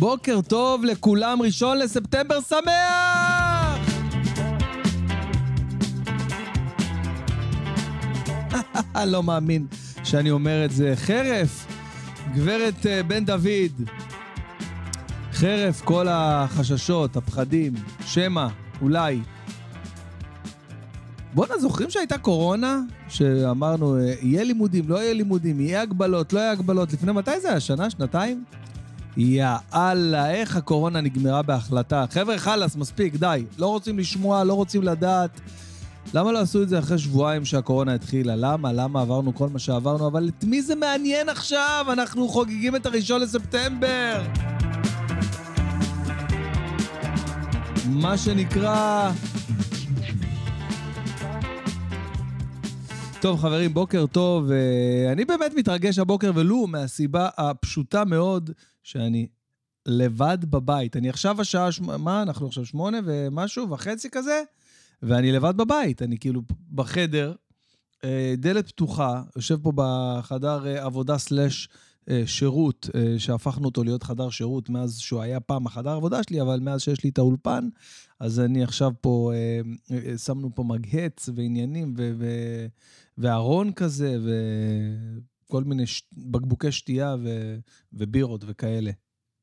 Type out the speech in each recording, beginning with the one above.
בוקר טוב לכולם, 1 לספטמבר שמח! לא מאמין שאני אומר את זה. חרף, גברת בן דוד, חרף כל החששות, הפחדים, שמה, אולי. בואו זוכרים שהייתה קורונה? שאמרנו, יהיה לימודים, לא יהיה לימודים, יהיה הגבלות, לא יהיה הגבלות. לפני מתי זה היה? שנה, שנתיים? יאללה, איך הקורונה נגמרה בהחלטה? חבר'ה, חלס, מספיק, די. לא רוצים לשמוע, לא רוצים לדעת. למה לא עשו את זה אחרי שבועיים שהקורונה התחילה? למה עברנו כל מה שעברנו? אבל את מי זה מעניין עכשיו? אנחנו חוגגים את 1 לספטמבר. מה שנקרא... טוב חברים, בוקר טוב. אני באמת מתרגש הבוקר ולו מהסיבה הפשוטה מאוד שאני לבד בבית. אני עכשיו השעה, מה? אנחנו עכשיו 8 ומשהו וחצי כזה, ואני לבד בבית. אני כאילו בחדר, דלת פתוחה, יושב פה בחדר עבודה סלש שירות, שהפכנו אותו להיות חדר שירות מאז שהוא היה פעם החדר עבודה שלי, אבל מאז שיש לי את האולפן, אז אני עכשיו פה, שמנו פה מגהץ ועניינים וארון כזה, וכל מיני בקבוקי שתייה ובירות וכאלה,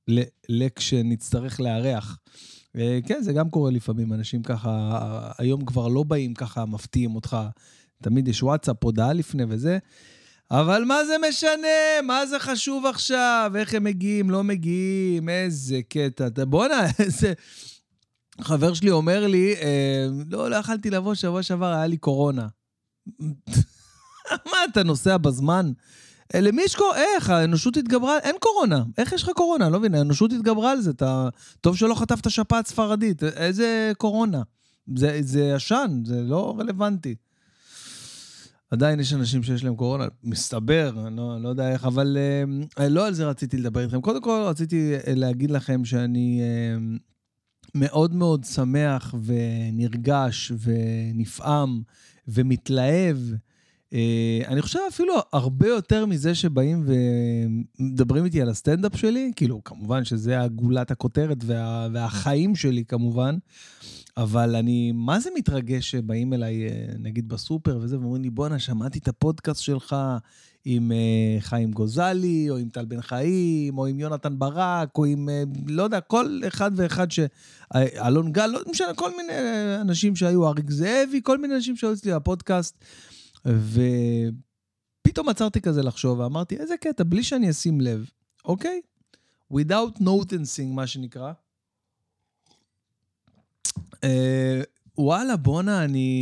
כשנצטרך לארח. כן, זה גם קורה לפעמים, אנשים ככה, היום כבר לא באים ככה, מפתיעים אותך, תמיד יש וואטסאפ, הודעה לפני וזה, אבל מה זה משנה? מה זה חשוב עכשיו? איך הם מגיעים? לא מגיעים? איזה קטע. בוא'נה, איזה... חבר שלי אומר לי, לא יכלתי לבוא, שבוע שעבר היה לי קורונה. מה, אתה נוסע בזמן? למי יש קורונה? איך? האנושות התגברה? אין קורונה. איך יש לך קורונה? לא מבין, האנושות התגברה על זה. טוב שלא חטפת שפעת ספרדית. איזה קורונה? זה ישן, זה לא רלוונטי. עדיין יש אנשים שיש להם קורונה, מסתבר, אני לא יודע איך, אבל לא על זה רציתי לדבר איתכם. קודם כל רציתי להגיד לכם שאני מאוד מאוד שמח ונרגש ונפעם ומתלהב. אני חושב אפילו הרבה יותר מזה שבאים ומדברים איתי על הסטנדאפ שלי, כאילו כמובן שזה הגולת הכותרת והחיים שלי כמובן, אבל אני, מה זה מתרגש שבאים אליי, נגיד בסופר וזה, ואומרים לי, בואנה, שמעתי את הפודקאסט שלך עם חיים גוזלי, או עם טל בן חיים, או עם יונתן ברק, או עם, לא יודע, כל אחד ואחד אלון גל, לא משנה, כל מיני אנשים שהיו, אריק זאבי, כל מיני אנשים שהיו אצלי בפודקאסט, ופתאום עצרתי כזה לחשוב, ואמרתי, איזה קטע, בלי שאני אשים לב, אוקיי? Without noticing, מה שנקרא, וואלה, בונה,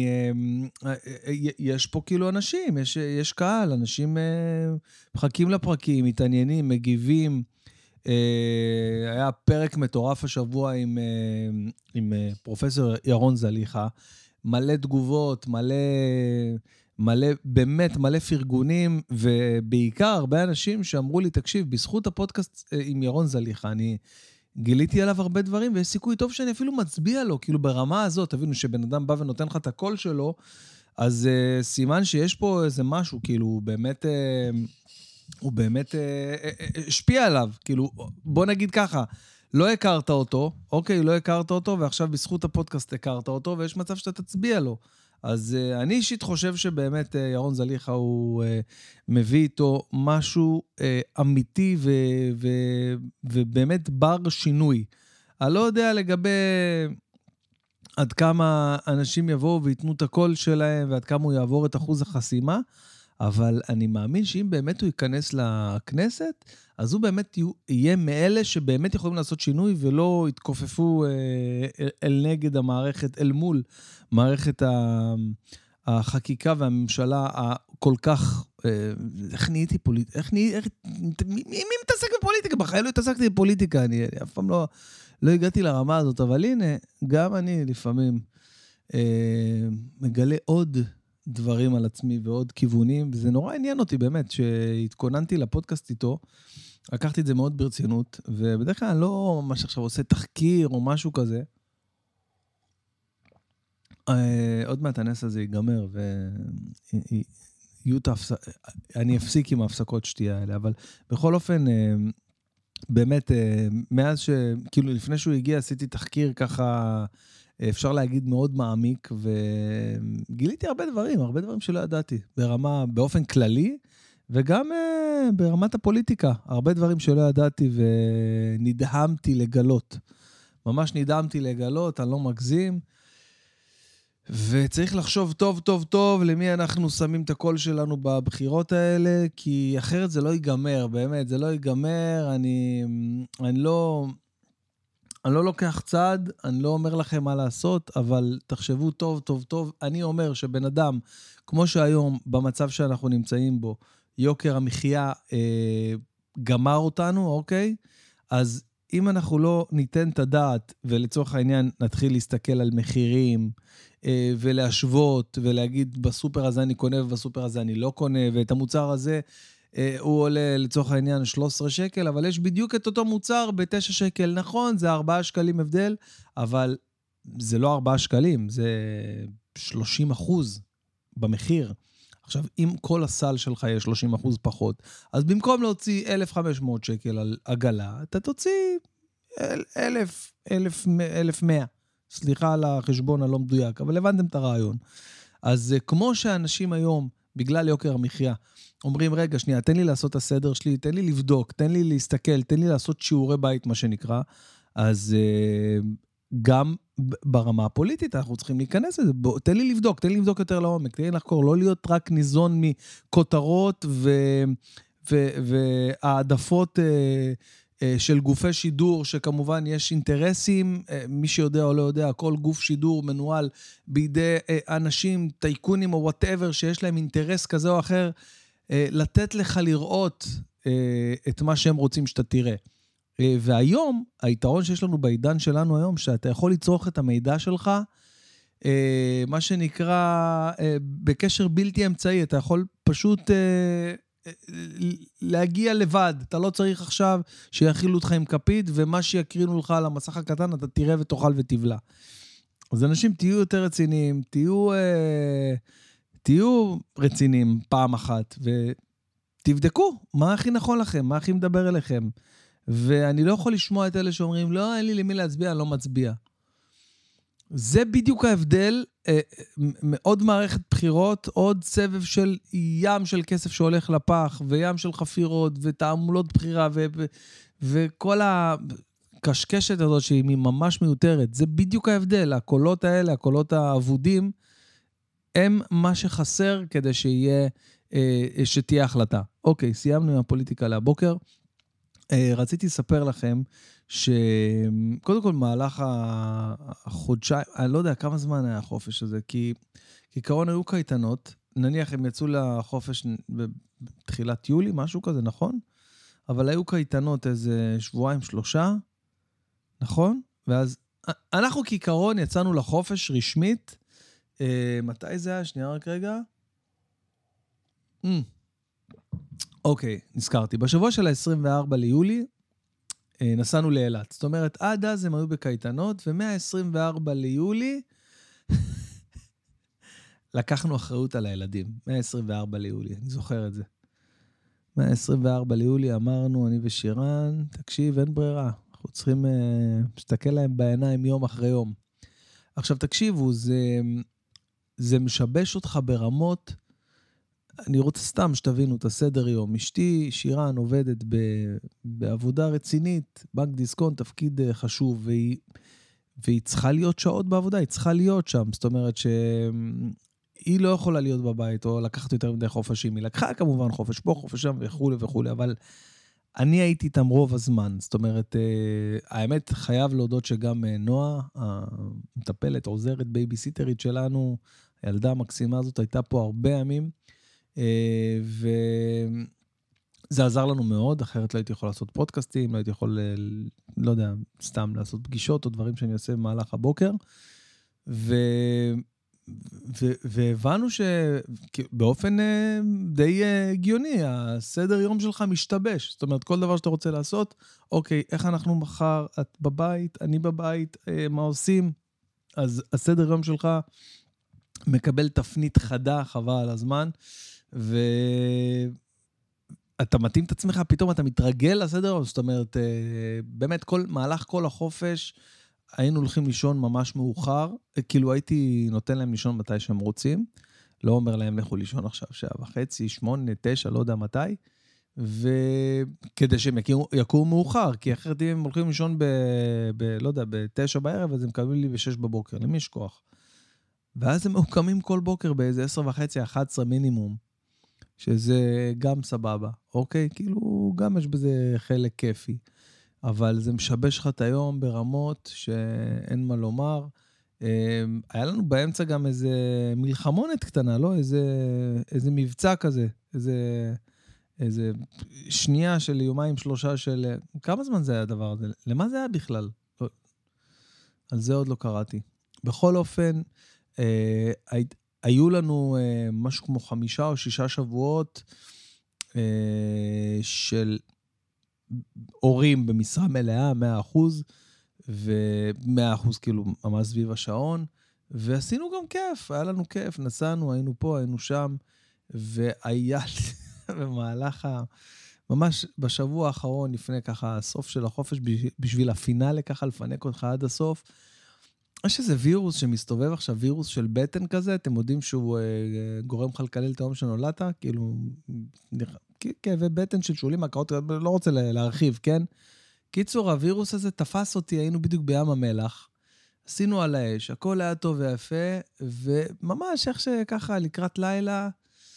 יש פה כאילו אנשים, יש קהל, אנשים מחכים לפרקים, מתעניינים, מגיבים. היה פרק מטורף השבוע עם פרופסור ירון זליכה, מלא תגובות, באמת מלא פרגונים, ובעיקר הרבה אנשים שאמרו לי, תקשיב, בזכות הפודקאסט עם ירון זליכה, אני גיליתי עליו הרבה דברים, ויש סיכוי טוב שאני אפילו מצביע לו, כאילו ברמה הזאת, תבינו שבן אדם בא ונותן לך את הקול שלו, אז סימן שיש פה איזה משהו, כאילו הוא באמת השפיע עליו, כאילו בוא נגיד ככה, לא הכרת אותו, אוקיי, לא הכרת אותו, ועכשיו בזכות הפודקאסט הכרת אותו, ויש מצב שאתה תצביע לו. אז אני אישית חושב שבאמת ירון זליכה הוא מביא איתו משהו אמיתי ובאמת בר שינוי. אני לא יודע לגבי עד כמה אנשים יבואו ויתנו את הקול שלהם ועד כמה הוא יעבור את אחוז החסימה, אבל אני מאמין שאם באמת הוא ייכנס לכנסת, אז הוא באמת יהיה מאלה שבאמת יכולים לעשות שינוי ולא יתכופפו אל נגד המערכת, אל מול מערכת החקיקה והממשלה הכל כך, איך נהייתי פוליטיקה? מי מתעסק בפוליטיקה? בחיים לא התעסקתי בפוליטיקה, אני אף פעם לא הגעתי לרמה הזאת, אבל הנה, גם אני לפעמים מגלה עוד דברים על עצמי ועוד כיוונים, וזה נורא עניין אותי באמת, שהתכוננתי לפודקאסט איתו, לקחתי את זה מאוד ברצינות, ובדרך כלל אני לא ממש עכשיו עושה תחקיר או משהו כזה, עוד מעט הנס הזה ייגמר, אני אפסיק עם ההפסקות שתייה האלה, אבל בכל אופן, באמת, מאז כאילו לפני שהוא הגיע, עשיתי תחקיר ככה, אפשר להגיד מאוד מעמיק, וגיליתי הרבה דברים שלא ידעתי, באופן כללי, וגם ברמת הפוליטיקה, הרבה דברים שלא ידעתי ונדהמתי לגלות. ממש נדהמתי לגלות, אני לא מגזים, וצריך לחשוב טוב, טוב, טוב, למי אנחנו שמים את הקול שלנו בבחירות האלה, כי אחרת זה לא ייגמר, באמת, זה לא ייגמר, אני לא לוקח צעד, אני לא אומר לכם מה לעשות, אבל תחשבו טוב, טוב, טוב. אני אומר שבן אדם, כמו שהיום, במצב שאנחנו נמצאים בו, יוקר המחיה גמר אותנו, אוקיי? אז אם אנחנו לא ניתן את הדעת, ולצורך העניין נתחיל להסתכל על מחירים, ולהשוות, ולהגיד בסופר הזה אני קונה ובסופר הזה אני לא קונה, ואת המוצר הזה הוא עולה לצורך העניין 13 שקל, אבל יש בדיוק את אותו מוצר ב9 שקל. נכון, זה 4 שקלים הבדל, אבל זה לא 4 שקלים, זה 30% במחיר. עכשיו, אם כל הסל שלך יהיה 30% פחות, אז במקום להוציא 1,500 שקל על עגלה, אתה תוציא 1,100. סליחה על החשבון הלא מדויק, אבל הבנתם את הרעיון. אז כמו שאנשים היום, בגלל יוקר המחיה, אומרים, רגע, שנייה, תן לי לעשות את הסדר שלי, תן לי לבדוק, תן לי להסתכל, תן לי לעשות שיעורי בית, מה שנקרא, אז גם ברמה הפוליטית אנחנו צריכים להיכנס לזה, תן לי לבדוק יותר לעומק, תן לי לחקור, לא להיות רק ניזון מכותרות והעדפות של גופי שידור, שכמובן יש אינטרסים, מי שיודע או לא יודע, כל גוף שידור מנוהל בידי אנשים, טייקונים או whatever, שיש להם אינטרס כזה או אחר, לתת לך לראות את מה שהם רוצים שאתה תראה. והיום, היתרון שיש לנו בעידן שלנו היום, שאתה יכול לצרוך את המידע שלך, מה שנקרא, בקשר בלתי אמצעי, אתה יכול פשוט להגיע לבד, אתה לא צריך עכשיו שיאכילו אותך עם כפית, ומה שיקרינו לך על המסך הקטן, אתה תראה ותאכל ותבלע. אז אנשים, תהיו יותר רציניים, תהיו רציניים פעם אחת, ותבדקו מה הכי נכון לכם, מה הכי מדבר אליכם. ואני לא יכול לשמוע את אלה שאומרים, לא, אין לי למי להצביע, אני לא מצביע. זה בדיוק ההבדל, עוד מערכת בחירות, עוד סבב של ים של כסף שהולך לפח, וים של חפירות, ותעמולות בחירה, וכל הקשקשת הזאת שהיא ממש מיותרת. זה בדיוק ההבדל, הקולות האלה, הקולות האבודים, הם מה שחסר כדי שתהיה החלטה. אוקיי, סיימנו עם הפוליטיקה להבוקר. רציתי לספר לכם שקודם כל מהלך החודשיים, אני לא יודע כמה זמן היה החופש הזה, כי כעיקרון היו קייטנות, נניח הם יצאו לחופש בתחילת יולי, משהו כזה, נכון? אבל היו קייטנות איזה שבועיים, 3, נכון? ואז אנחנו כעיקרון יצאנו לחופש רשמית, מתי זה היה? שנייה רק רגע. אוקיי, נזכרתי. בשבוע של ה-24 ליולי, נסענו לאילת. זאת אומרת, עד אז הם היו בקייטנות, ומה-24 ליולי, לקחנו אחריות על הילדים. מה-24 ליולי, אני זוכר את זה. מה-24 ליולי אמרנו, אני ושירן, תקשיב, אין ברירה. אנחנו צריכים להסתכל להם בעיניים יום אחרי יום. עכשיו, תקשיבו, זה משבש אותך ברמות, אני רוצה סתם שתבינו את הסדר יום. אשתי, שירן, עובדת בעבודה רצינית, בנק דיסקונט, תפקיד חשוב, והיא צריכה להיות שעות בעבודה, היא צריכה להיות שם. זאת אומרת שהיא לא יכולה להיות בבית, או לקחת יותר מדי חופשים. היא לקחה כמובן חופש פה, חופש שם וכו' וכו', אבל אני הייתי איתם רוב הזמן. זאת אומרת, האמת חייב להודות שגם נועה, המטפלת, עוזרת, בייביסיטרית שלנו, הילדה המקסימה הזאת הייתה פה הרבה ימים, וזה עזר לנו מאוד, אחרת לא הייתי יכול לעשות פודקאסטים, לא הייתי יכול, לא יודע, סתם לעשות פגישות או דברים שאני עושה במהלך הבוקר, והבנו שבאופן די הגיוני, הסדר יום שלך משתבש, זאת אומרת, כל דבר שאתה רוצה לעשות, אוקיי, איך אנחנו מחר, את בבית, אני בבית, מה עושים? אז הסדר יום שלך מקבל תפנית חדה, חבל על הזמן, אתה מתאים את עצמך, פתאום אתה מתרגל לסדר, זאת אומרת, באמת, מהלך כל החופש, היינו הולכים לישון ממש מאוחר, כאילו הייתי נותן להם לישון מתי שהם רוצים, לא אומר להם לכו לישון עכשיו 7:30, 8, 9, לא יודע מתי, וכדי שהם יקומו מאוחר, כי אחרת אם הם הולכים לישון לא יודע, ב-9 בערב, אז הם קמים לי ב-6 בבוקר, למי יש כוח? ואז הם קמים כל בוקר באיזה 10:30, 11 מינימום, שזה גם סבבה, אוקיי? כאילו, גם יש בזה חלק כיפי. אבל זה משבש לך את היום ברמות שאין מה לומר. היה לנו באמצע גם איזה מלחמונת קטנה, לא? איזה מבצע כזה, איזה שנייה של יומיים, 3 של... כמה זמן זה היה הדבר הזה? למה זה היה בכלל? לא, על זה עוד לא קראתי. בכל אופן, היו לנו משהו כמו 5 או 6 שבועות של הורים במשרה מלאה, 100%, ו100% כאילו ממש סביב השעון, ועשינו גם כיף, היה לנו כיף, נסענו, היינו פה, היינו שם, והיה במהלך ממש בשבוע האחרון, לפני ככה הסוף של החופש, בשביל הפינאלה ככה לפנק אותך עד הסוף, יש איזה וירוס שמסתובב עכשיו, וירוס של בטן כזה, אתם יודעים שהוא גורם לך לקלל את היום שנולדת, כאילו, כאבי בטן של שולים, הקרות, לא רוצה להרחיב, כן? קיצור, הווירוס הזה תפס אותי, היינו בדיוק בים המלח, עשינו על האש, הכל היה טוב ויפה, וממש איך שככה לקראת לילה,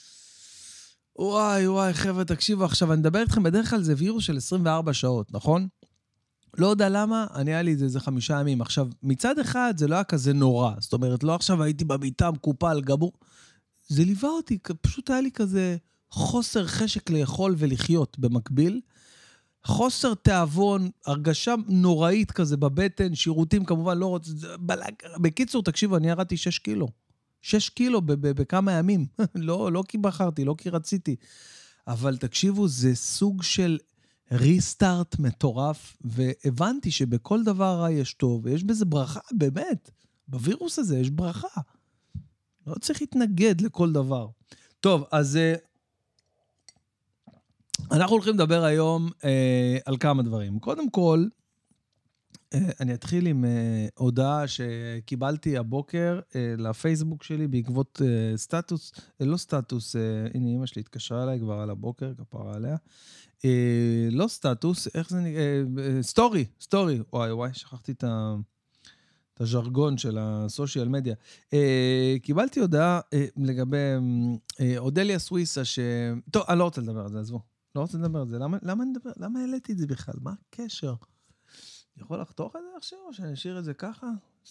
וואי, חבר'ה, תקשיבו, עכשיו אני מדבר איתכם, בדרך כלל זה וירוס של 24 שעות, נכון? לא יודע למה, היה לי איזה 5 ימים. עכשיו, מצד אחד זה לא היה כזה נורא, זאת אומרת, לא עכשיו הייתי במיטה מקופל, גמור. זה ליווה אותי, פשוט היה לי כזה חוסר חשק לאכול ולחיות במקביל, חוסר תיאבון, הרגשה נוראית כזה בבטן, שירותים כמובן לא רוצה, בקיצור, תקשיבו, אני ירדתי 6 קילו. 6 קילו בכמה ימים. לא כי בחרתי, לא כי רציתי. אבל תקשיבו, זה סוג של ריסטארט מטורף, והבנתי שבכל דבר רע יש טוב, ויש בזה ברכה, באמת. בווירוס הזה יש ברכה. לא צריך להתנגד לכל דבר. טוב, אז אנחנו הולכים לדבר היום על כמה דברים. קודם כל, אני אתחיל עם הודעה שקיבלתי הבוקר לפייסבוק שלי בעקבות סטטוס, לא סטטוס, הנה אמא שלי התקשרה אליי כבר על הבוקר, כפרה עליה. לא סטטוס, איך זה נקרא? סטורי. וואי, שכחתי את הז'רגון של הסושיאל מדיה. קיבלתי הודעה לגבי אודליה סוויסה, טוב, אני לא רוצה לדבר על זה, עזבו. לא רוצה לדבר על זה. למה העליתי את זה בכלל? מה הקשר? יכול לחתוך את זה עכשיו, או שאני אשאיר את זה ככה?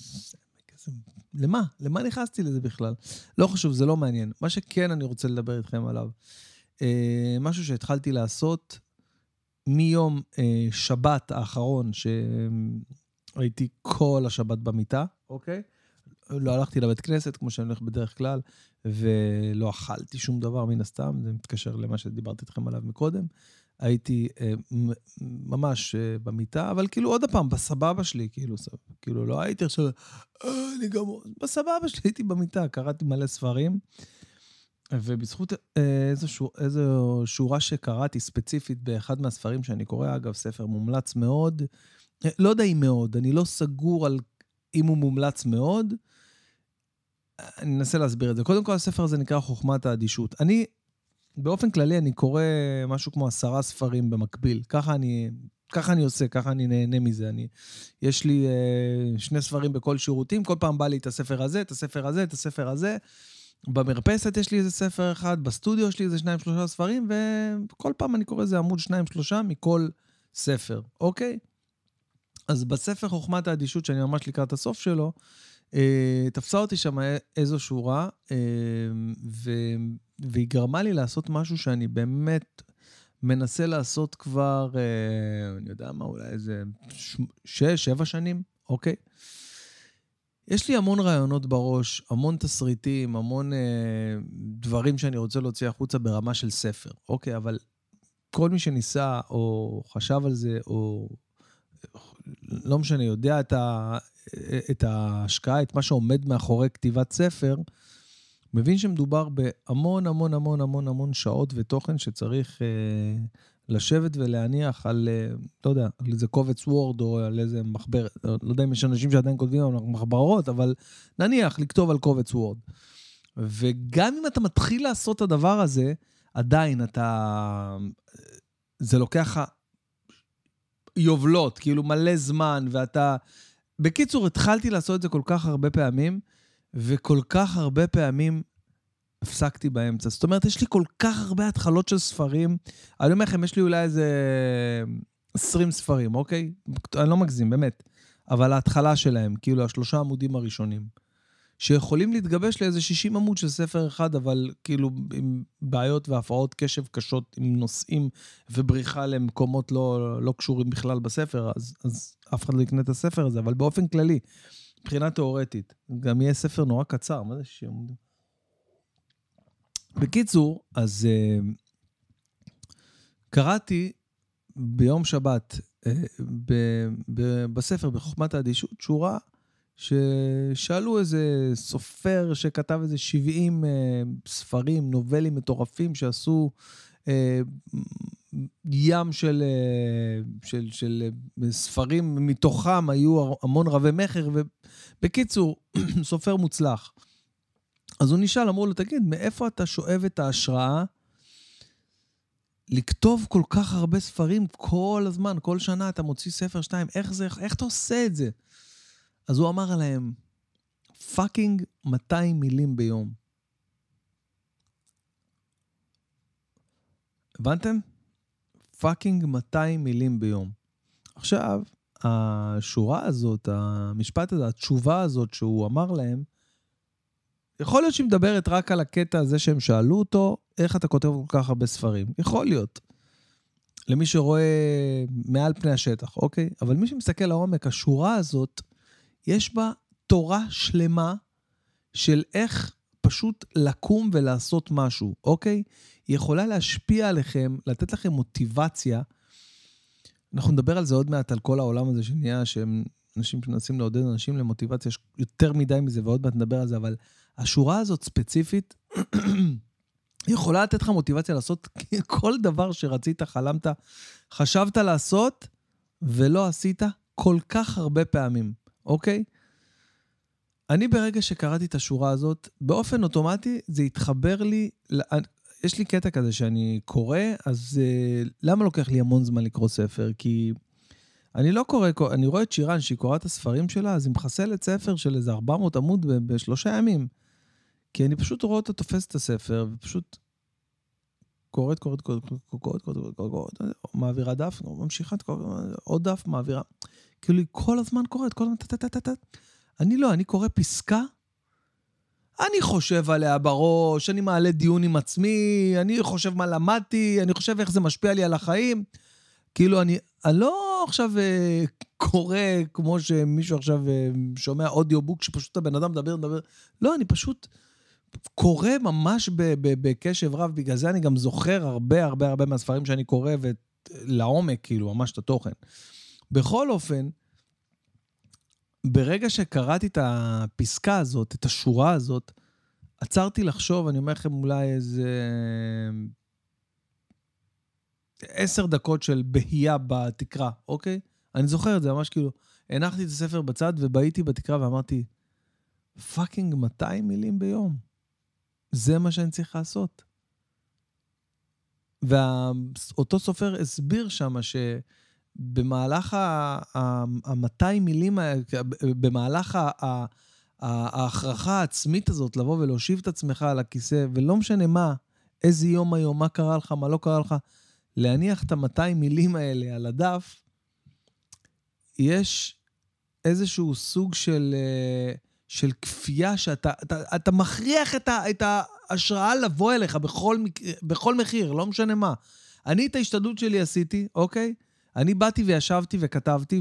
למה? למה נכנסתי לזה בכלל? לא חשוב, זה לא מעניין. מה שכן אני רוצה לדבר איתכם עליו, משהו שהתחלתי לעשות מיום שבת האחרון, שהייתי כל השבת במיטה, אוקיי? לא הלכתי לבית כנסת, כמו שאני הולך בדרך כלל, ולא אכלתי שום דבר מן הסתם, זה מתקשר למה שדיברתי איתכם עליו מקודם, הייתי ממש במיטה, אבל כאילו עוד הפעם, בסבבה שלי, כאילו לא הייתי עכשיו, אני גם, בסבבה שלי הייתי במיטה, קראתי מלא ספרים, ובזכות איזו שורה שקראתי ספציפית באחד מהספרים שאני קורא, אגב, ספר מומלץ מאוד, לא יודע אם מאוד, אני לא סגור על אם הוא מומלץ מאוד, אני אנסה להסביר את זה. קודם כל, הספר הזה נקרא חוכמת האדישות. באופן כללי, אני קורא משהו כמו 10 ספרים במקביל. ככה אני עושה, ככה אני נהנה מזה. יש לי 2 ספרים בכל שירותים, כל פעם בא לי את הספר הזה, את הספר הזה, את הספר הזה. במרפסת יש לי איזה ספר אחד, בסטודיו יש לי איזה 2-3 ספרים, וכל פעם אני קורא איזה עמוד 2-3 מכל ספר, אוקיי? אז בספר חוכמת האדישות, שאני ממש לקראת הסוף שלו, תפסה אותי שם איזו שורה, והיא גרמה לי לעשות משהו שאני באמת מנסה לעשות כבר, אני יודע מה, אולי איזה 6-7 שנים, אוקיי? יש לי המון רעיונות בראש, המון תסריטים, המון דברים שאני רוצה להוציא החוצה ברמה של ספר, אוקיי? אבל כל מי שניסה או חשב על זה, או לא משנה, יודע את ההשקעה, את מה שעומד מאחורי כתיבת ספר, מבין שמדובר בהמון המון המון המון המון שעות ותוכן שצריך לשבת ולהניח על, לא יודע, על איזה קובץ וורד או על איזה מחבר, לא יודע אם יש אנשים שעדיין כותבים על מחברות, אבל נניח לכתוב על קובץ וורד. וגם אם אתה מתחיל לעשות את הדבר הזה, עדיין זה לוקח יובלות, כאילו מלא זמן, ואתה... בקיצור, התחלתי לעשות את זה כל כך הרבה פעמים, וכל כך הרבה פעמים הפסקתי באמצע. זאת אומרת, יש לי כל כך הרבה התחלות של ספרים. אני אומר לכם, יש לי אולי איזה 20 ספרים, אוקיי? אני לא מגזים, באמת. אבל ההתחלה שלהם, כאילו 3 עמודים הראשונים, שיכולים להתגבש לאיזה 60 עמוד של ספר אחד, אבל כאילו עם בעיות והפרעות קשב קשות, עם נושאים ובריחה למקומות לא קשורים בכלל בספר, אז אף אחד לא יקנה את הספר הזה, אבל באופן כללי, מבחינה תיאורטית, גם יהיה ספר נורא קצר, מה זה 60 עמוד? בקיצור, אז קראתי ביום שבת בספר בחוכמת האדישות שורה ששאלו איזה סופר שכתב איזה 70 ספרים, נובלים מטורפים שעשו ים של ספרים, מתוכם היו המון רבי מחר, ובקיצור, סופר מוצלח. אז הוא נשאל, אמרו לו, תגיד, מאיפה אתה שואב את ההשראה לכתוב כל כך הרבה ספרים כל הזמן, כל שנה אתה מוציא ספר 2, איך אתה עושה את זה? אז הוא אמר עליהם, פאקינג 200 מילים ביום. הבנתם? פאקינג 200 מילים ביום. עכשיו, השורה הזאת, המשפט הזה, התשובה הזאת שהוא אמר להם, יכול להיות שהיא מדברת רק על הקטע הזה שהם שאלו אותו, איך אתה כותב כל כך הרבה ספרים. יכול להיות. למי שרואה מעל פני השטח, אוקיי? אבל מי שמסתכל לעומק, השורה הזאת, יש בה תורה שלמה של איך פשוט לקום ולעשות משהו, אוקיי? היא יכולה להשפיע עליכם, לתת לכם מוטיבציה. אנחנו נדבר על זה עוד מעט, על כל העולם הזה שנהיה, שהם אנשים שמנסים לעודד אנשים למוטיבציה, יש יותר מדי מזה, ועוד מעט נדבר על זה, אבל השורה הזאת ספציפית, יכולה לתת לך מוטיבציה לעשות כל דבר שרצית, חלמת, חשבת לעשות, ולא עשית כל כך הרבה פעמים, אוקיי? אני ברגע שקראתי את השורה הזאת, באופן אוטומטי זה התחבר לי, יש לי קטע כזה שאני קורא, אז למה לוקח לי המון זמן לקרוא ספר? כי אני לא קורא, אני רואה את שירן שהיא קוראת את הספרים שלה, אז היא מחסלת ספר של איזה 400 עמוד ב3 ימים. כי אני פשוט רואה אותה תופס את הספר, ופשוט קוראת, מעבירה דף, ממשיכה, עוד דף, מעבירה. כאילו היא כל הזמן קוראת, כל הזמן, אני קורא פסקה, אני חושב עליה בראש, אני מעלה דיון עם עצמי, אני חושב מה למדתי, אני חושב איך זה משפיע לי על החיים. כאילו אני לא עכשיו קורא כמו שמישהו עכשיו שומע אודיובוק, שפשוט הבן אדם מדבר. לא, אני פשוט קורא ממש בקשב רב, בגלל זה אני גם זוכר הרבה מהספרים שאני קורא, ולעומק, כאילו, ממש את התוכן. בכל אופן, ברגע שקראתי את הפסקה הזאת, את השורה הזאת, עצרתי לחשוב, אני אומר לכם אולי איזה 10 דקות של בהייה בתקרה, אוקיי? אני זוכר את זה ממש כאילו, הנחתי את הספר בצד ובאיתי בתקרה ואמרתי, פאקינג 200 מילים ביום. זה מה שאני צריך לעשות. ואותו סופר הסביר שם שבמהלך ה-200 מילים, במהלך ההכרחה העצמית הזאת, לבוא ולהושיב את עצמך על הכיסא, ולא משנה מה, איזה יום היום, מה קרה לך, מה לא קרה לך, להניח את ה-200 מילים האלה על הדף, יש איזשהו סוג של כפייה שאתה מכריח את ההשראה לבוא אליך בכל מחיר, לא משנה מה. אני את ההשתדלות שלי עשיתי, אוקיי? אני באתי וישבתי וכתבתי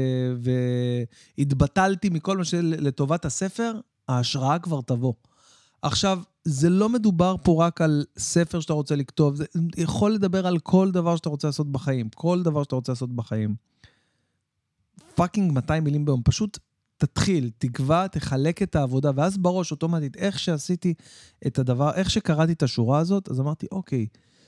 והתבטלתי מכל מה שלטובת הספר, ההשראה כבר תבוא. עכשיו, זה לא מדובר פה רק על ספר שאתה רוצה לכתוב, זה יכול לדבר על כל דבר שאתה רוצה לעשות בחיים, כל דבר שאתה רוצה לעשות בחיים. פאקינג 200 מילים ביום, פשוט תתחיל, תקבע, תחלק את העבודה, ואז בראש אוטומטית, איך שעשיתי את הדבר, איך שקראתי את השורה הזאת, אז אמרתי, אוקיי,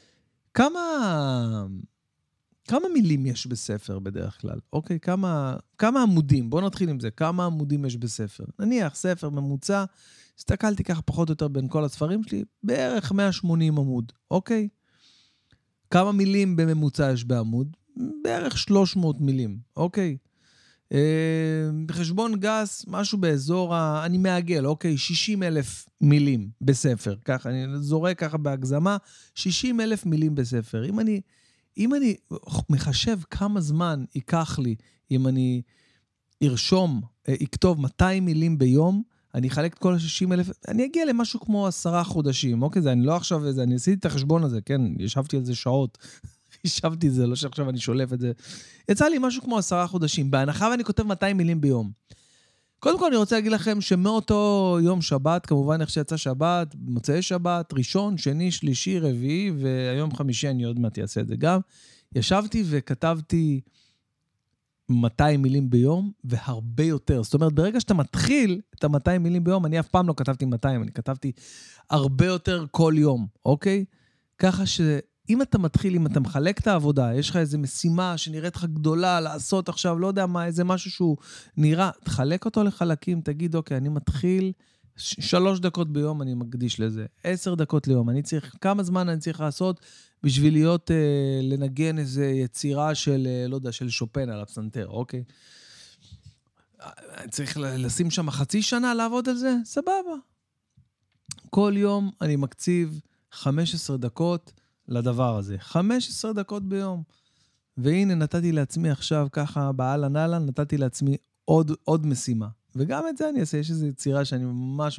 כמה מילים יש בספר בדרך כלל? אוקיי, כמה עמודים? בואו נתחיל עם זה. כמה עמודים יש בספר? נניח, ספר ממוצע, הסתכלתי ככה פחות או יותר בין כל הספרים שלי, בערך 180 עמוד, אוקיי? כמה מילים בממוצע יש בעמוד? בערך 300 מילים, אוקיי? בחשבון גס, משהו באזור, אני מעגל, אוקיי? 60,000 מילים בספר. ככה, אני זורק ככה בהגזמה, 60,000 מילים בספר. אם אני מחשב כמה זמן ייקח לי, אם אני אכתוב 200 מילים ביום, אני אחלק את כל ה-60,000, אני אגיע למשהו כמו 10 חודשים, אוקיי? זה, אני לא עכשיו, אני עשיתי את החשבון הזה, כן? ישבתי על זה שעות, חישבתי את זה, לא שעכשיו אני שולף את זה. יצא לי משהו כמו 10 חודשים, בהנחה ואני כותב 200 מילים ביום. קודם כל אני רוצה להגיד לכם שמאותו יום שבת, כמובן איך שיצא שבת, מוצאי שבת, ראשון, שני, שלישי, רביעי, והיום חמישי אני עוד מעט אעשה את זה גם, ישבתי וכתבתי 200 מילים ביום, והרבה יותר. זאת אומרת, ברגע שאתה מתחיל את ה-200 מילים ביום, אני אף פעם לא כתבתי 200, אני כתבתי הרבה יותר כל יום, אוקיי? ככה שאם אתה מתחיל, אם אתה מחלק את העבודה, יש לך איזו משימה שנראית לך גדולה לעשות עכשיו, לא יודע מה, איזה משהו שהוא נראה, תחלק אותו לחלקים, תגיד, אוקיי, אני מתחיל 3 דקות ביום, אני מקדיש לזה, 10 דקות ליום, אני צריך, כמה זמן אני צריך לעשות בשביל להיות, לנגן איזו יצירה של, לא יודע, של שופן על הפסנתר, אוקיי? צריך לשים שם חצי שנה לעבוד על זה? סבבה. כל יום אני מקציב 15 דקות לדבר הזה. 15 דקות ביום. והנה נתתי לעצמי עכשיו ככה, באלן אלן, נתתי לעצמי עוד משימה. וגם את זה אני אעשה, יש איזו יצירה שאני ממש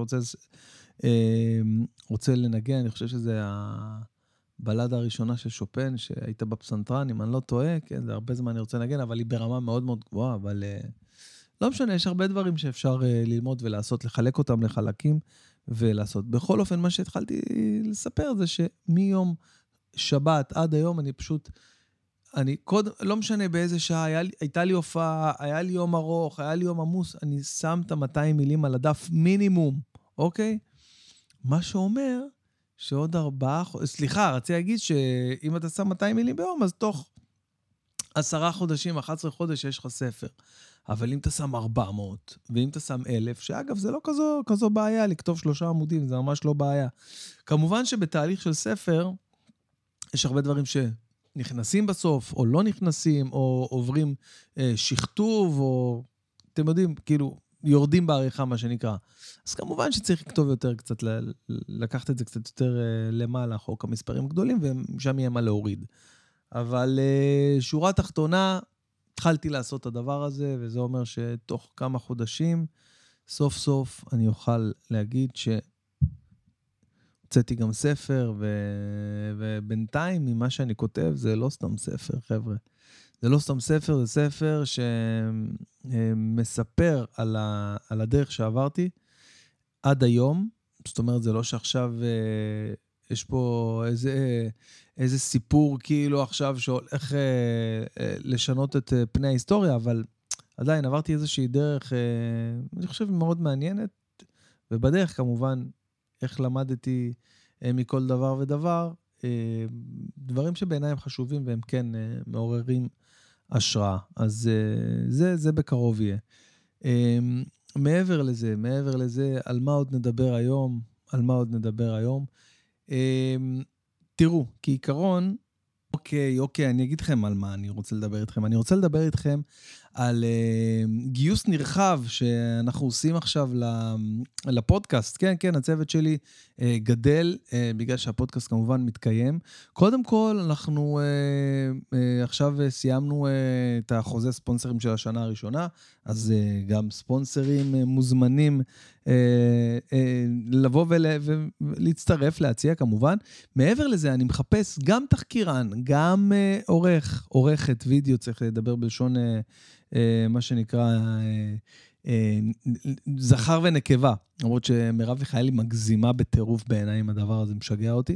רוצה לנגן, אני חושב שזה הבלדה הראשונה של שופן, שהייתה בפסנתרן, אם אני לא טועה, כן, זה הרבה זמן אני רוצה לנגן, אבל היא ברמה מאוד מאוד גבוהה, אבל לא משנה, יש הרבה דברים שאפשר ללמוד ולעשות, לחלק אותם לחלקים ולעשות. בכל אופן, מה שהתחלתי לספר זה שמיום שבת עד היום אני פשוט, לא משנה באיזה שעה, הייתה לי הופעה, היה לי יום ארוך, היה לי יום עמוס, אני שם את 200 מילים על הדף מינימום, אוקיי? מה שאומר שעוד 4 סליחה, רציתי להגיד שאם אתה שם 200 מילים ביום, אז תוך 10 חודשים, 11 חודש יש לך ספר. אבל אם אתה שם 400, ואם אתה שם 1,000, שאגב, זה לא כזו בעיה, לכתוב 3 עמודים, זה ממש לא בעיה. כמובן שבתהליך של ספר, יש הרבה דברים שנכנסים בסוף, או לא נכנסים, או עוברים שכתוב, או אתם יודעים, כאילו, יורדים בעריכה, מה שנקרא. אז כמובן שצריך לכתוב יותר קצת, לקחת את זה קצת יותר למעלה, חוק המספרים גדולים, ושם יהיה מה להוריד. אבל שורה תחתונה, התחלתי לעשות את הדבר הזה, וזה אומר שתוך כמה חודשים, סוף סוף אני אוכל להגיד שהוצאתי גם ספר, ובינתיים ממה שאני כותב, זה לא סתם ספר, חבר'ה. זה לא סתם ספר, זה ספר שמספר על הדרך שעברתי עד היום. זאת אומרת, זה לא שעכשיו יש פה איזה סיפור כאילו עכשיו שהולך לשנות את פני ההיסטוריה, אבל עדיין עברתי איזושהי דרך, אני חושב מאוד מעניינת, ובדרך כמובן איך למדתי מכל דבר ודבר, דברים שבעיניי הם חשובים והם כן מעוררים השראה. אז זה בקרוב יהיה. מעבר לזה, על מה עוד נדבר היום? תראו, כעיקרון, אוקיי, אני אגיד לכם על מה אני רוצה לדבר איתכם. אני רוצה לדבר איתכם על גיוס נרחב שאנחנו עושים עכשיו לפודקאסט. כן, הצוות שלי גדל, בגלל שהפודקאסט כמובן מתקיים. קודם כל, אנחנו עכשיו סיימנו את החוזה ספונסרים של השנה הראשונה, אז גם ספונסרים מוזמנים לבוא ולהצטרף, להציע כמובן. מעבר לזה, אני מחפש גם תחקירן, גם עורכת וידאו, צריך לדבר בלשון מה שנקרא זכר ונקבה, למרות שמרב מיכאלי מגזימה בטירוף בעיניים, הדבר הזה משגע אותי.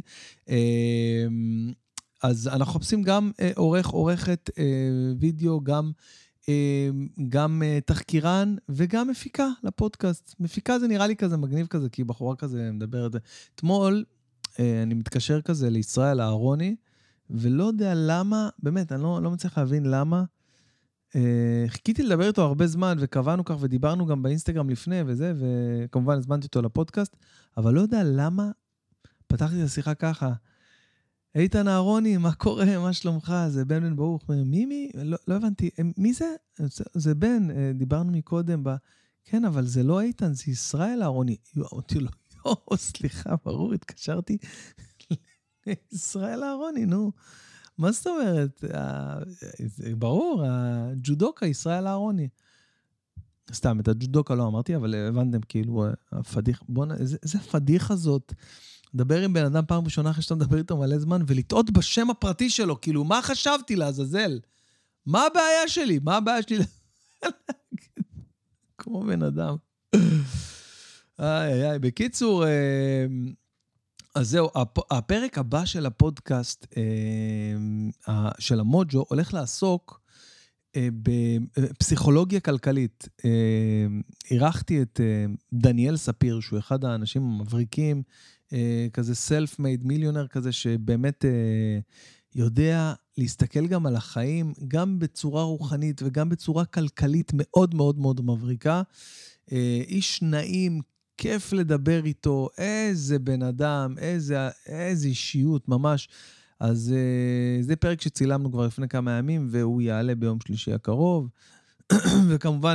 אז אנחנו מחפשים גם עורכת וידאו, גם גם תחקירן וגם מפיקה לפודקאסט. מפיקה זה נראה לי כזה מגניב כזה, כי בחורה כזה מדברת. אתמול אני מתקשר כזה לישראל אהרוני, ולא יודע למה, באמת, אני לא מצליח להבין למה. חיכיתי לדבר איתו הרבה זמן, וקבענו כך ודיברנו גם באינסטגרם לפני וזה, וכמובן הזמנתי אותו לפודקאסט, אבל לא יודע למה פתחתי את השיחה ככה. איתן אהרוני, מה קורה? מה שלומך? זה בן ברוך. מי? לא הבנתי. מי זה? זה בן, דיברנו מקודם. כן, אבל זה לא איתן, זה ישראל אהרוני. אמרתי לו, סליחה, ברור, התקשרתי לישראל אהרוני, נו. מה זאת אומרת? ברור, הג'ודוקה, ישראל אהרוני. סתם, את הג'ודוקה לא אמרתי, אבל הבנתם כאילו, הפדיח, איזה הפדיח הזאת. לדבר עם בן אדם פעם ראשונה אחרי שאתה מדבר איתו מלא זמן, ולטעות בשם הפרטי שלו, כאילו, מה חשבתי לעזאזל? מה הבעיה שלי? כמו בן אדם. בקיצור, אז זהו, הפרק הבא של הפודקאסט של המוג'ו הולך לעסוק בפסיכולוגיה כלכלית. אירחתי את דניאל ספיר, שהוא אחד האנשים המבריקים, כזה self-made millionaire כזה, שבאמת יודע להסתכל גם על החיים, גם בצורה רוחנית וגם בצורה כלכלית מאוד מאוד מאוד מבריקה. איש נעים, כיף לדבר איתו, איזה בן אדם, איזה אישיות ממש. אז זה פרק שצילמנו כבר לפני כמה ימים, והוא יעלה ביום שלישי הקרוב. וכמובן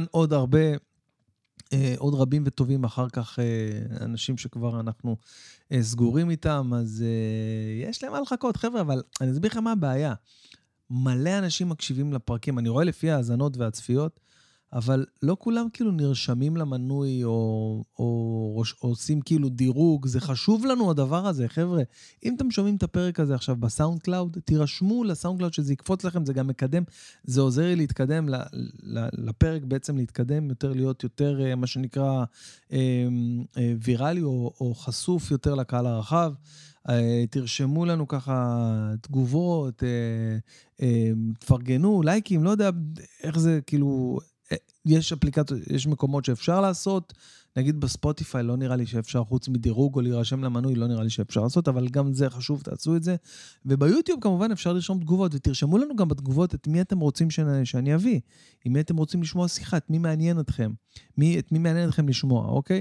עוד רבים וטובים אחר כך, אנשים שכבר אנחנו סגורים איתם, אז יש להם מה לחכות, חבר'ה, אבל אני אסביר לכם מה הבעיה. מלא אנשים מקשיבים לפרקים, אני רואה לפי ההאזנות והצפיות, אבל לא כולם כאילו נרשמים למנוי, או עושים כאילו דירוג, זה חשוב לנו הדבר הזה, חבר'ה. אם אתם שומעים את הפרק הזה עכשיו בסאונד קלאוד, תירשמו לסאונד קלאוד שזה יקפוץ לכם, זה גם מקדם, זה עוזר לי להתקדם לפרק, בעצם להתקדם יותר, להיות יותר, מה שנקרא, ויראלי או חשוף יותר לקהל הרחב. תרשמו לנו ככה תגובות, תפרגנו, לייקים, לא יודע איך זה כאילו, יש אפליקציות, יש מקומות שאפשר לעשות, נגיד בספוטיפיי לא נראה לי שאפשר, חוץ מדירוג או להירשם למנוי, לא נראה לי שאפשר לעשות, אבל גם זה חשוב, תעשו את זה. וביוטיוב כמובן אפשר לרשום תגובות, ותרשמו לנו גם בתגובות את מי אתם רוצים שאני אביא, עם מי אתם רוצים לשמוע שיחה, את מי מעניין אתכם, את מי מעניין אתכם לשמוע, אוקיי?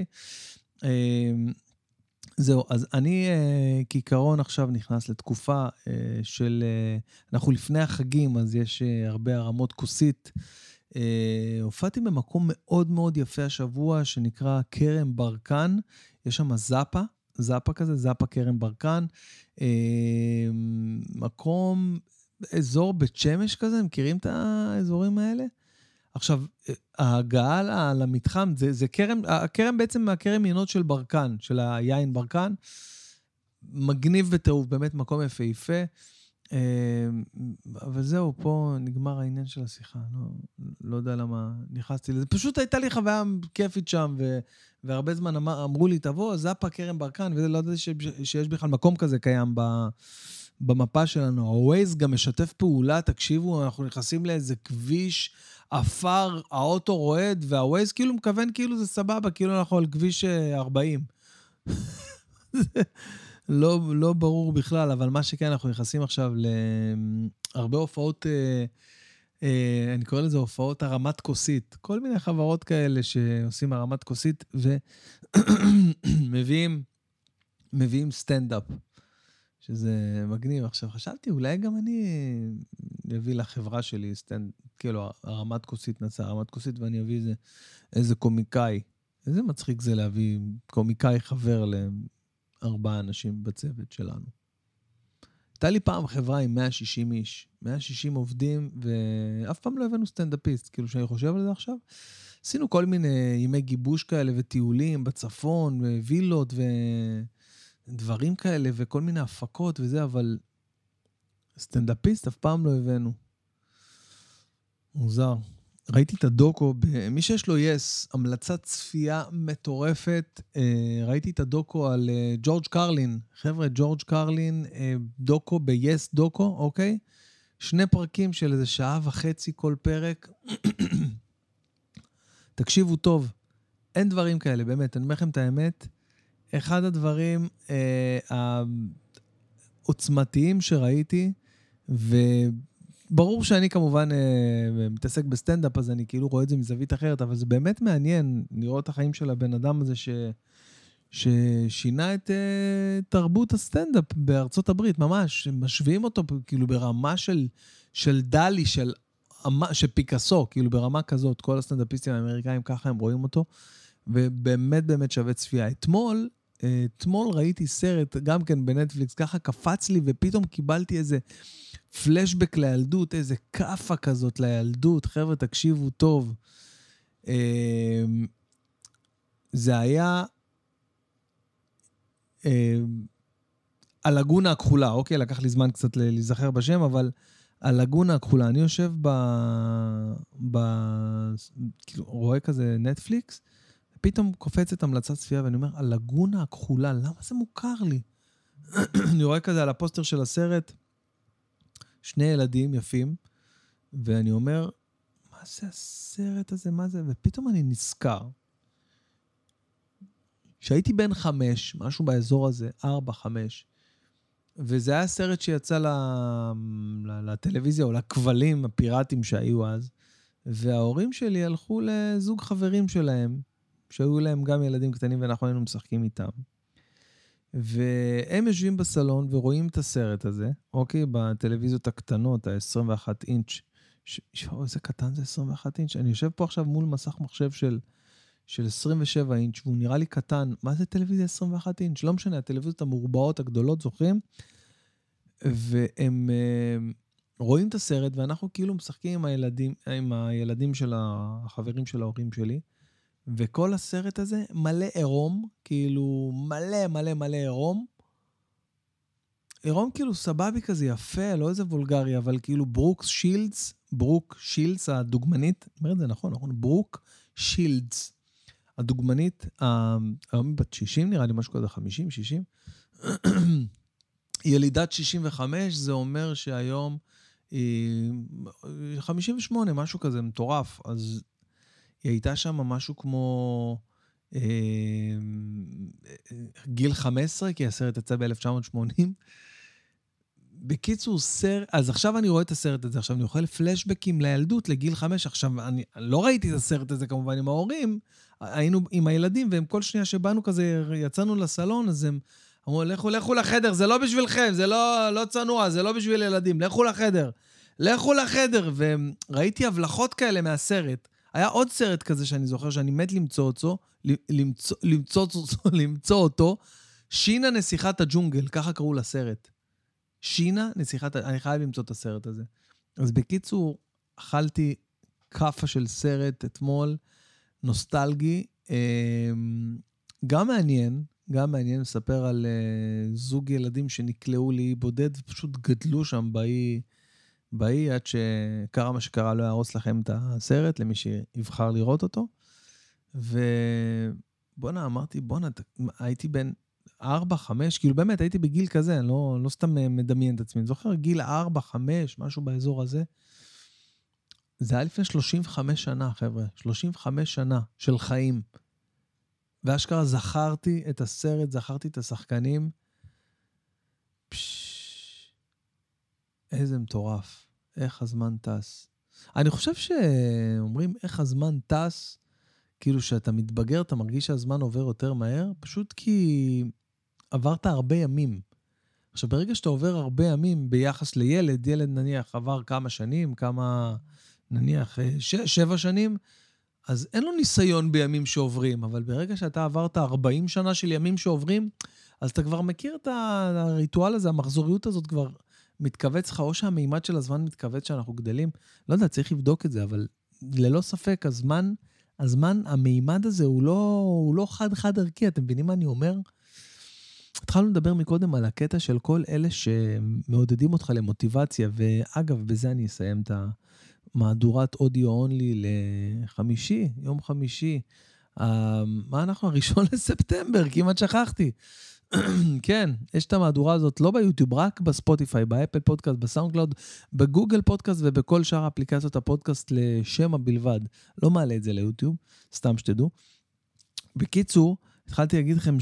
זהו, אז אני כעיקרון עכשיו נכנס לתקופה של, אנחנו לפני החגים, אז יש הרבה הרמות כוסית. הופעתי במקום מאוד מאוד יפה השבוע, שנקרא כרם ברקן, יש שם זאפה כזה, זאפה כרם ברקן, מקום, אזור בית שמש כזה, מכירים את האזורים האלה? עכשיו, ההגעה למתחם, זה כרם, הכרם בעצם מהכרם עינות של ברקן, של היין ברקן, מגניב וטעוב, באמת מקום יפה. אבל זהו, פה נגמר העניין של השיחה, לא יודע למה נכנסתי לזה, פשוט הייתה לי חוויה כיפית שם, והרבה זמן אמרו לי, תבוא, זאפה כרם ברקן, וזה לא יודע שיש בכלל מקום כזה קיים במפה שלנו. הווייז גם משתף פעולה, תקשיבו, אנחנו נכנסים לאיזה כביש אפר, האוטו רועד, והווייז כאילו מכוון, כאילו זה סבבה, כאילו אנחנו על כביש 40. לא ברור בכלל, אבל מה שכן, אנחנו נכנסים עכשיו להרבה הופעות, אני קורא לזה הופעות הרמת כוסית, כל מיני חברות כאלה שעושים הרמת כוסית, ומביאים סטנדאפ, שזה מגניב. עכשיו חשבתי, אולי גם אני אביא לחברה שלי כאילו הרמת כוסית, נעשה הרמת כוסית, ואני אביא איזה קומיקאי. איזה מצחיק זה להביא קומיקאי חבר 4 אנשים בצוות שלנו. הייתה לי פעם חברה עם 160 איש, 160 עובדים, ואף פעם לא הבאנו סטנדאפיסט, כאילו שאני חושב על זה עכשיו. עשינו כל מיני ימי גיבוש כאלה וטיולים בצפון, ווילות ודברים כאלה, וכל מיני הפקות וזה, אבל סטנדאפיסט אף פעם לא הבאנו. מוזר. ראיתי את הדוקו, מי שיש לו המלצת צפייה מטורפת, ראיתי את הדוקו על ג'ורג' קרלין, חבר'ה, ג'ורג' קרלין, דוקו דוקו, אוקיי? 2 פרקים של איזה 1.5 שעה כל פרק. תקשיבו טוב, אין דברים כאלה, באמת, אני אומר לכם את האמת, אחד הדברים העוצמתיים שראיתי, וברור שאני כמובן מתעסק בסטנדאפ, אז אני כאילו רואה את זה מזווית אחרת, אבל זה באמת מעניין לראות את החיים של הבן אדם הזה ששינה את תרבות הסטנדאפ בארצות הברית, ממש, משווים אותו כאילו ברמה של דלי, של פיקאסו, כאילו ברמה כזאת, כל הסטנדאפיסטים האמריקאים ככה הם רואים אותו, ובאמת באמת שווה צפייה. אתמול ראיתי סרט, גם כן בנטפליקס, ככה קפץ לי, ופתאום קיבלתי איזה פלשבק לילדות, איזה קפה כזאת לילדות, חבר'ה, תקשיבו טוב. זה היה הלגונה הכחולה, אוקיי? לקח לי זמן קצת להיזכר בשם, אבל הלגונה הכחולה, אני יושב כאילו, רואה כזה נטפליקס, פתאום קופצת המלצת צפייה, ואני אומר, הלגונה הכחולה, למה זה מוכר לי? אני רואה כזה על הפוסטר של הסרט, 2 ילדים יפים, ואני אומר, מה זה הסרט הזה, מה זה? ופתאום אני נזכר, שהייתי בן 5, משהו באזור הזה, 4, 5, וזה היה סרט שיצא לטלוויזיה, או לכבלים הפיראטים שהיו אז, וההורים שלי הלכו לזוג חברים שלהם, שהיו להם גם ילדים קטנים, ואנחנו היינו משחקים איתם. והם יושבים בסלון ורואים את הסרט הזה, אוקיי? בטלוויזיות הקטנות, ה-21 אינץ'. איזה קטן זה 21 אינץ'. אני יושב פה עכשיו מול מסך מחשב של 27 אינץ', והוא נראה לי קטן. מה זה טלוויזיה 21 אינץ'? לא משנה, הטלוויזיות המורבעות הגדולות, זוכרים? והם רואים את הסרט, ואנחנו כאילו משחקים עם הילדים של החברים של ההורים שלי, וכל הסרט הזה מלא עירום, כאילו מלא עירום. עירום כאילו סבבי כזה יפה, לא איזה וולגרי, אבל כאילו ברוק שילדס הדוגמנית, אומר את זה נכון, ברוק שילדס, הדוגמנית, היום בת 60 נראה לי משהו כזה, 50, 60, ילידת 65, זה אומר שהיום 58, משהו כזה מטורף, אז היא הייתה שם משהו כמו גיל 15, כי הסרט יצא ב-1980. בקיצור, אז עכשיו אני רואה את הסרט הזה, עכשיו אני אוכל פלשבקים לילדות, לגיל 5, עכשיו אני לא ראיתי את הסרט הזה כמובן עם ההורים, היינו עם הילדים, והם כל שנייה שבאנו כזה, יצאנו לסלון, אז הם אמרו, לכו לחדר, זה לא בשבילכם, זה לא צנוע, זה לא בשביל ילדים, לכו לחדר, וראיתי הבלחות כאלה מהסרט, היה עוד סרט כזה שאני זוכר, שאני מת למצוא אותו, שינה נסיכת הג'ונגל, ככה קראו לסרט. שינה נסיכת, אני חייב למצוא את הסרט הזה. אז בקיצור, אכלתי קפה של סרט אתמול, נוסטלגי, גם מעניין לספר על זוג ילדים שנקלעו לאי בודד, ופשוט גדלו שם באי, עד שקרה מה שקרה, לא יהרוס לכם את הסרט, למי שיבחר לראות אותו. אמרתי, הייתי בן 4, 5, כאילו באמת הייתי בגיל כזה, אני לא סתם מדמיין את עצמי, אני זוכר גיל 4, 5, משהו באזור הזה. זה היה לפני 35 שנה, חבר'ה, 35 שנה של חיים. ואשכרה זכרתי את הסרט, זכרתי את השחקנים. איזה מטורף, איך הזמן טס. אני חושב שאומרים איך הזמן טס, כאילו שאתה מתבגר, אתה מרגיש שהזמן עובר יותר מהר, פשוט כי עברת הרבה ימים. עכשיו, ברגע שאתה עובר הרבה ימים ביחס לילד, ילד נניח עבר כמה שנים, נניח 7 שנים, אז אין לו ניסיון בימים שעוברים, אבל ברגע שאתה עברת 40 שנה של ימים שעוברים, אז אתה כבר מכיר את הריטואל הזה, המחזוריות הזאת כבר מתכווץ לך, או שהמימד של הזמן מתכווץ שאנחנו גדלים. לא יודע, צריך לבדוק את זה, אבל ללא ספק, הזמן, המימד הזה הוא לא חד ערכי, אתם מבינים מה אני אומר? התחלנו לדבר מקודם על הקטע של כל אלה שמעודדים אותך למוטיבציה, ואגב, בזה אני אסיים את המהדורת אודיו אונלי יום חמישי. מה אנחנו? 1 לספטמבר, כמעט שכחתי. כן, יש את המהדורה הזאת לא ביוטיוב, רק בספוטיפיי, באפל פודקאסט, בסאונד קלאוד, בגוגל פודקאסט ובכל שאר אפליקציות הפודקאסט לשמה בלבד. לא מעלה את זה ליוטיוב, סתם שתדעו. בקיצור, התחלתי להגיד לכם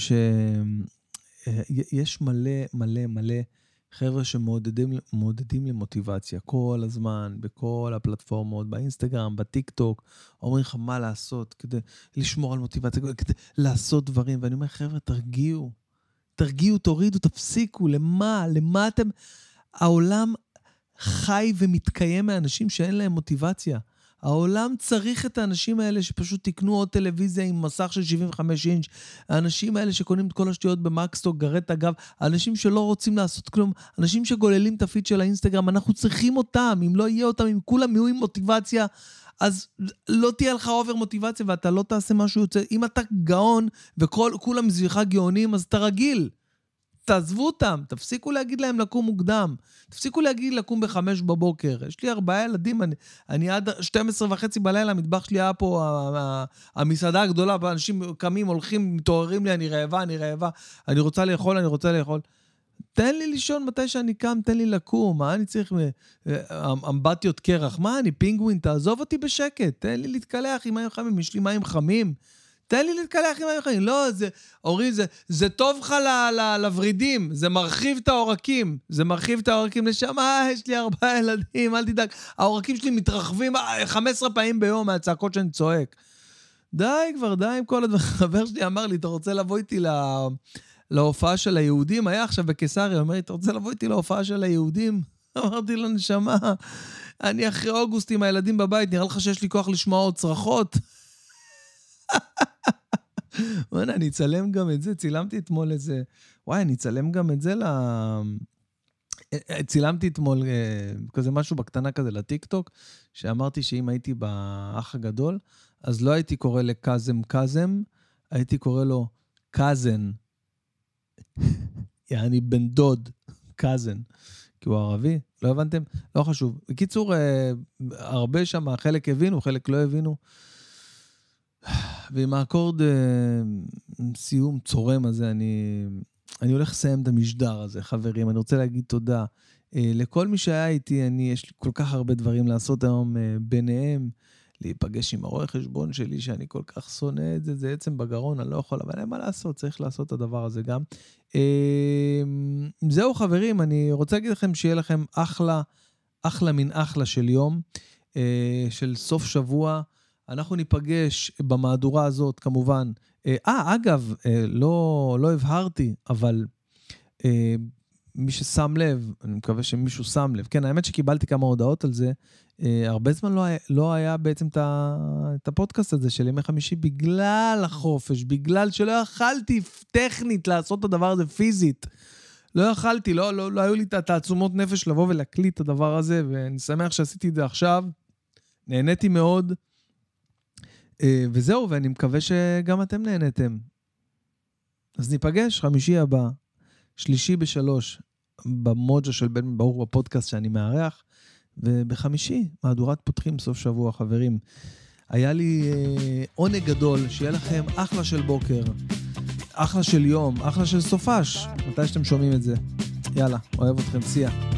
שיש מלא חבר'ה שמעודדים למוטיבציה כל הזמן, בכל הפלטפורמות, באינסטגרם, בטיק טוק, אומרים לך מה לעשות כדי לשמור על מוטיבציה, כדי לעשות דברים, ואני אומר, חבר'ה, תרגיעו, תורידו, תפסיקו, למה אתם, העולם חי ומתקיים מאנשים שאין להם מוטיבציה. העולם צריך את האנשים האלה שפשוט תקנו עוד טלוויזיה עם מסך של 75 אינץ', האנשים האלה שקונים את כל השטויות במקסטוק, גרד אגב, האנשים שלא רוצים לעשות כלום, אנשים שגוללים את הפיד של האינסטגרם, אנחנו צריכים אותם, אם לא יהיה אותם, אם כולם יהיו עם מוטיבציה, אז לא תהיה לך אובר מוטיבציה ואתה לא תעשה משהו יוצא, אם אתה גאון וכולם סביבך גאונים, אז אתה רגיל. תעזבו אותם, תפסיקו להגיד להם לקום מוקדם, תפסיקו להגיד לקום ב5 בבוקר, יש לי 4 ילדים, אני עד 12:30 בלילה, המטבח שלי היה פה, המסעדה הגדולה, ואנשים קמים, הולכים, מתעוררים לי, אני רעבה, אני רוצה לאכול, תן לי לישון מתי שאני קם, תן לי לקום, מה אני צריך, אמבטיות קרח, מה אני, פינגווין, תעזוב אותי בשקט, תן לי להתקלח עם מים חמים, יש לי מים חמים, תן לי להתקלח עם מים חמים, לא, זה טוב לך לורידים, זה מרחיב את העורקים, לשמה, יש לי 4 ילדים, אל תדאג, העורקים שלי מתרחבים 15 פעמים ביום מהצעקות שאני צועק. די עם כל הדבר, חבר שלי אמר לי, אתה רוצה לבוא איתי להופעה של היהודים? היה עכשיו בקיסריה, אומר לי, אתה רוצה לבוא איתי להופעה של היהודים? אמרתי לו, נשמה, אני אחרי אוגוסט עם הילדים בבית, נראה לך שיש לי כוח לשמוע עוד צרחות? אני אצלם גם את זה, צילמתי אתמול איזה, אני אצלם גם את זה צילמתי אתמול כזה משהו בקטנה כזה לטיק-טוק, שאמרתי שאם הייתי באח הגדול, אז לא הייתי קורא לקזם, הייתי קורא לו קזן. יעני בן דוד, קזן. כי הוא ערבי, לא הבנתם? לא חשוב. בקיצור, הרבה שם, חלק הבינו, חלק לא הבינו. ועם האקורד סיום צורם הזה, אני הולך לסיים את המשדר הזה, חברים. אני רוצה להגיד תודה לכל מי שהיה איתי. יש לי כל כך הרבה דברים לעשות היום, ביניהם להיפגש עם הרואה חשבון שלי, שאני כל כך שונא את זה, זה עצם בגרון, אני לא יכול, אבל אין מה לעשות, צריך לעשות את הדבר הזה גם. זהו חברים, אני רוצה להגיד לכם שיהיה לכם אחלה של יום, של סוף שבוע. אנחנו ניפגש במהדורה הזאת, כמובן. אגב, לא הבהרתי, אבל מי ששם לב, אני מקווה שמישהו שם לב, כן, האמת שקיבלתי כמה הודעות על זה, הרבה זמן לא היה בעצם את הפודקאסט הזה של ימי חמישי, בגלל החופש, בגלל שלא יכלתי טכנית לעשות את הדבר הזה פיזית. לא יכלתי, לא היו לי את התעצומות נפש לבוא ולהקליט את הדבר הזה, ואני שמח שעשיתי את זה עכשיו. נהניתי מאוד. וזהו, ואני מקווה שגם אתם נהנתם. אז ניפגש, חמישי הבא, 3:03, במוג'ה של בן ברוך בפודקאסט שאני מארח, ובחמישי, מהדורת פותחים סוף שבוע, חברים. היה לי עונג גדול, שיהיה לכם אחלה של בוקר, אחלה של יום, אחלה של סופש, מתי שאתם שומעים את זה. יאללה, אוהב אתכם, סיה.